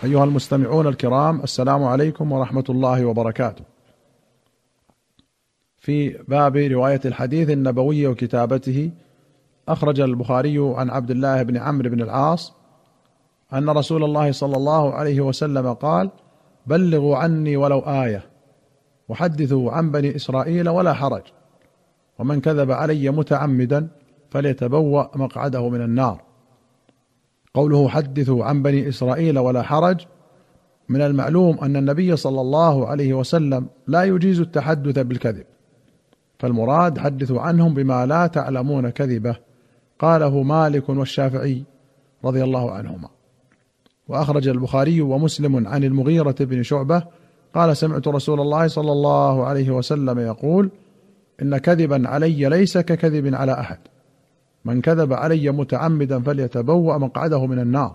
أيها المستمعون الكرام، السلام عليكم ورحمة الله وبركاته. في باب رواية الحديث النبوي وكتابته، أخرج البخاري عن عبد الله بن عمرو بن العاص أن رسول الله صلى الله عليه وسلم قال: بلغوا عني ولو آية، وحدثوا عن بني إسرائيل ولا حرج، ومن كذب علي متعمدا فليتبوأ مقعده من النار. قوله حدثوا عن بني إسرائيل ولا حرج، من المعلوم أن النبي صلى الله عليه وسلم لا يجيز التحدث بالكذب، فالمراد حدثوا عنهم بما لا تعلمون كذبه، قاله مالك والشافعي رضي الله عنهما. وأخرج البخاري ومسلم عن المغيرة بن شعبة قال: سمعت رسول الله صلى الله عليه وسلم يقول: إن كذبا علي ليس ككذب على أحد، من كذب علي متعمدا فليتبوأ مقعده من النار.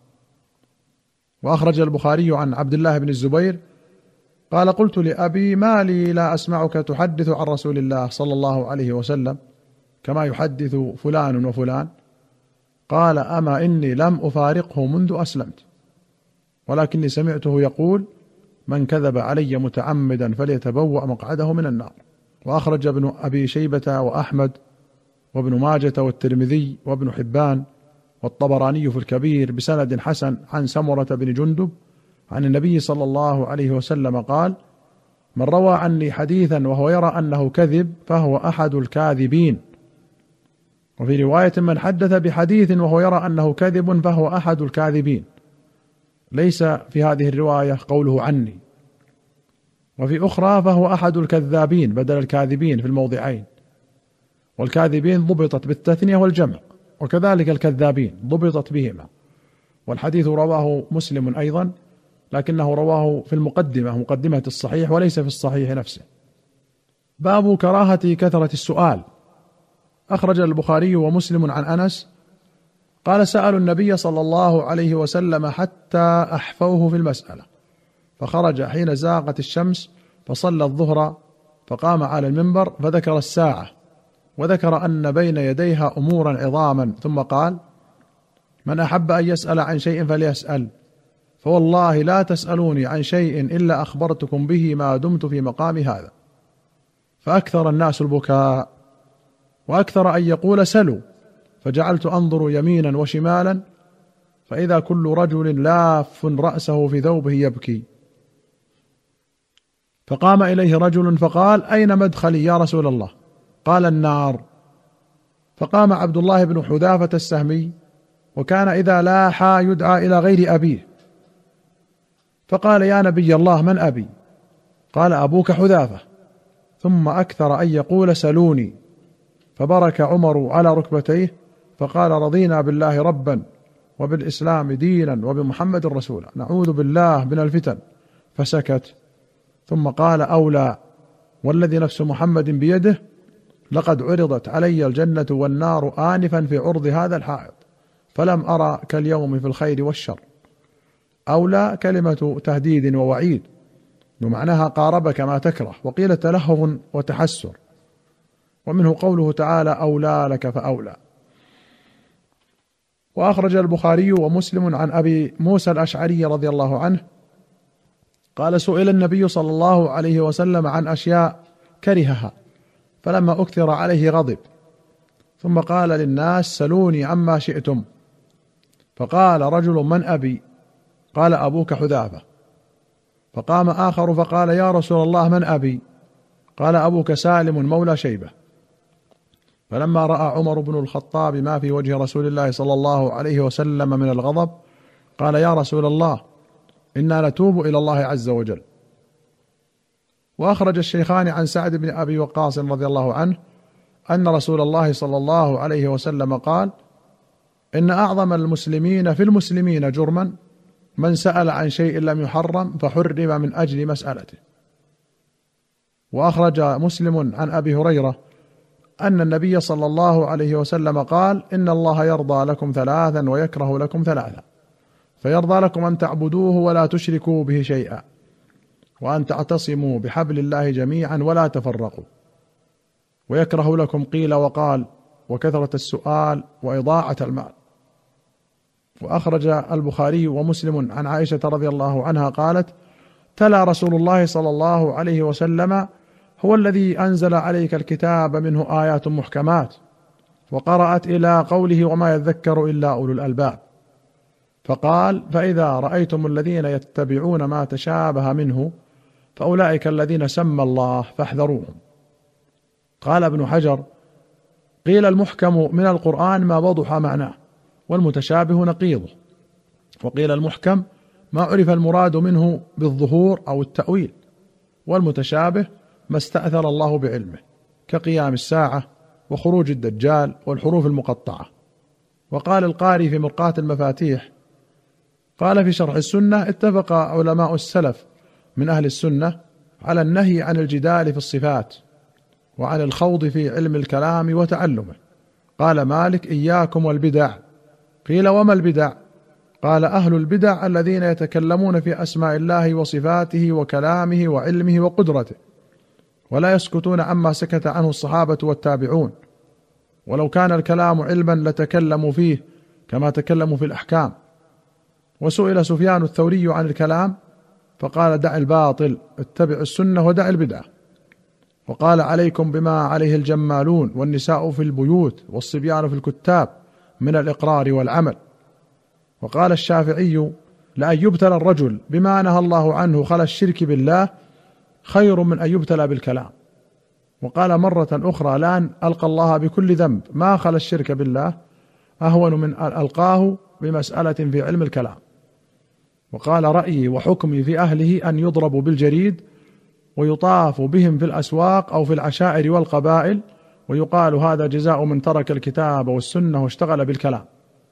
وأخرج البخاري عن عبد الله بن الزبير قال: قلت لأبي: ما لي لا أسمعك تحدث عن رسول الله صلى الله عليه وسلم كما يحدث فلان وفلان؟ قال: أما إني لم أفارقه منذ أسلمت، ولكني سمعته يقول: من كذب علي متعمدا فليتبوأ مقعده من النار. وأخرج ابن أبي شيبة وأحمد وابن ماجة والترمذي وابن حبان والطبراني في الكبير بسند حسن عن سمرة بن جندب عن النبي صلى الله عليه وسلم قال: من روى عني حديثا وهو يرى أنه كذب فهو أحد الكاذبين. وفي رواية: من حدث بحديث وهو يرى أنه كذب فهو أحد الكاذبين. ليس في هذه الرواية قوله عني. وفي أخرى: فهو أحد الكذابين بدل الكاذبين في الموضعين. والكاذبين ضبطت بالتثنية والجمع، وكذلك الكذابين ضبطت بهما. والحديث رواه مسلم أيضا، لكنه رواه في المقدمة، مقدمة الصحيح، وليس في الصحيح نفسه. باب كراهة كثرة السؤال. أخرج البخاري ومسلم عن أنس قال: سألوا النبي صلى الله عليه وسلم حتى أحفوه في المسألة، فخرج حين زاغت الشمس فصلى الظهر، فقام على المنبر فذكر الساعة، وذكر أن بين يديها أمورا عظاما، ثم قال: من أحب أن يسأل عن شيء فليسأل، فوالله لا تسألوني عن شيء إلا أخبرتكم به ما دمت في مقام هذا. فأكثر الناس البكاء، وأكثر أن يقول: سلوا، فجعلت أنظر يمينا وشمالا فإذا كل رجل لاف رأسه في ثوبه يبكي. فقام إليه رجل فقال: أين مدخلي يا رسول الله؟ قال: النار. فقام عبد الله بن حذافة السهمي، وكان إذا لاحى يدعى إلى غير أبيه، فقال: يا نبي الله، من أبي؟ قال: أبوك حذافة. ثم أكثر أن يقول: سلوني. فبرك عمر على ركبتيه فقال: رضينا بالله ربا وبالإسلام دينا وبمحمد رسولا، نعوذ بالله من الفتن. فسكت، ثم قال: أولى والذي نفس محمد بيده، لقد عرضت علي الجنة والنار آنفا في عرض هذا الحائط، فلم أرى كاليوم في الخير والشر. أولى كلمة تهديد ووعيد، ومعناها قاربك ما تكره، وقيل تلهف وتحسر. ومنه قوله تعالى: أولى لك فأولى. وأخرج البخاري ومسلم عن أبي موسى الأشعري رضي الله عنه قال: سئل النبي صلى الله عليه وسلم عن أشياء كرهها، فلما أكثر عليه غضب، ثم قال للناس: سلوني عما شئتم. فقال رجل: من أبي؟ قال: أبوك حذافة. فقام آخر فقال: يا رسول الله، من أبي؟ قال: أبوك سالم مولى شيبة. فلما رأى عمر بن الخطاب ما في وجه رسول الله صلى الله عليه وسلم من الغضب قال: يا رسول الله، إنا نتوب إلى الله عز وجل. وأخرج الشيخان عن سعد بن أبي وقاص رضي الله عنه أن رسول الله صلى الله عليه وسلم قال: إن أعظم المسلمين في المسلمين جرما من سأل عن شيء لم يحرم فحرم من أجل مسألته. وأخرج مسلم عن أبي هريرة أن النبي صلى الله عليه وسلم قال: إن الله يرضى لكم ثلاثا ويكره لكم ثلاثا، فيرضى لكم أن تعبدوه ولا تشركوا به شيئا، وأن تعتصموا بحبل الله جميعا ولا تفرقوا، ويكره لكم قيل وقال وكثرة السؤال وإضاعة المال. وأخرج البخاري ومسلم عن عائشة رضي الله عنها قالت: تلا رسول الله صلى الله عليه وسلم: هو الذي أنزل عليك الكتاب منه آيات محكمات، وقرأت إلى قوله: وما يذكر إلا أولو الألباب، فقال: فإذا رأيتم الذين يتبعون ما تشابه منه فأولئك الذين سمى الله فاحذروهم. قال ابن حجر: قيل المحكم من القرآن ما وضح معناه، والمتشابه نقيضه. وقيل المحكم ما عرف المراد منه بالظهور أو التأويل، والمتشابه ما استأثر الله بعلمه كقيام الساعة وخروج الدجال والحروف المقطعة. وقال القاري في مرقاة المفاتيح قال في شرح السنة: اتفق علماء السلف من أهل السنة على النهي عن الجدال في الصفات وعن الخوض في علم الكلام وتعلمه. قال مالك: إياكم والبدع. قيل: وما البدع؟ قال: أهل البدع الذين يتكلمون في أسماء الله وصفاته وكلامه وعلمه وقدرته، ولا يسكتون عما سكت عنه الصحابة والتابعون، ولو كان الكلام علما لتكلموا فيه كما تكلموا في الأحكام. وسئل سفيان الثوري عن الكلام فقال: دع الباطل، اتبع السنة ودع البدعة. وقال: عليكم بما عليه الجمالون والنساء في البيوت والصبيان في الكتاب من الإقرار والعمل. وقال الشافعي: لأن يبتلى الرجل بما نهى الله عنه خلا الشرك بالله خير من أن يبتلى بالكلام. وقال مرة أخرى: لأن ألقى الله بكل ذنب ما خلا الشرك بالله أهون من أن ألقاه بمسألة في علم الكلام. وقال: رأيي وحكمي في أهله أن يضربوا بالجريد ويطاف بهم في الأسواق أو في العشائر والقبائل، ويقال: هذا جزاء من ترك الكتاب والسنة واشتغل بالكلام.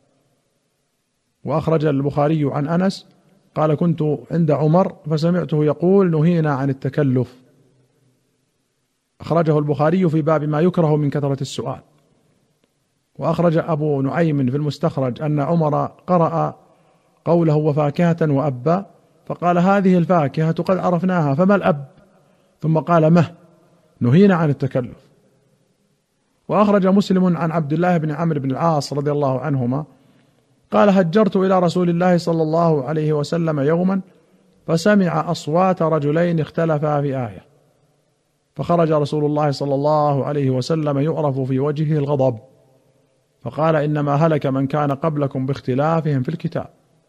وأخرج البخاري عن أنس قال: كنت عند عمر فسمعته يقول: نهينا عن التكلف. أخرجه البخاري في باب ما يكره من كثرة السؤال. وأخرج أبو نعيم في المستخرج أن عمر قرأ قوله: وفاكهة وأبا، فقال: هذه الفاكهة قد عرفناها، فما الأب؟ ثم قال: نهينا عن التكلف. وأخرج مسلم عن عبد الله بن عمرو بن العاص رضي الله عنهما قال: هجرت إلى رسول الله صلى الله عليه وسلم يوما فسمع أصوات رجلين اختلفا في آية، فخرج رسول الله صلى الله عليه وسلم يعرف في وجهه الغضب، فقال: إنما هلك من كان قبلكم باختلافهم في الكتاب.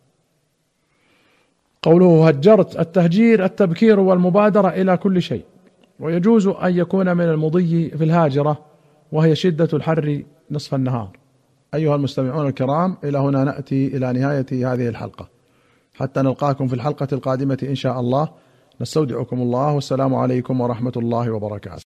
قوله هجرت، التهجير التبكير والمبادرة إلى كل شيء، ويجوز أن يكون من المضي في الهاجرة وهي شدة الحر نصف النهار. أيها المستمعون الكرام، إلى هنا نأتي إلى نهاية هذه الحلقة، حتى نلقاكم في الحلقة القادمة إن شاء الله. نستودعكم الله، والسلام عليكم ورحمة الله وبركاته.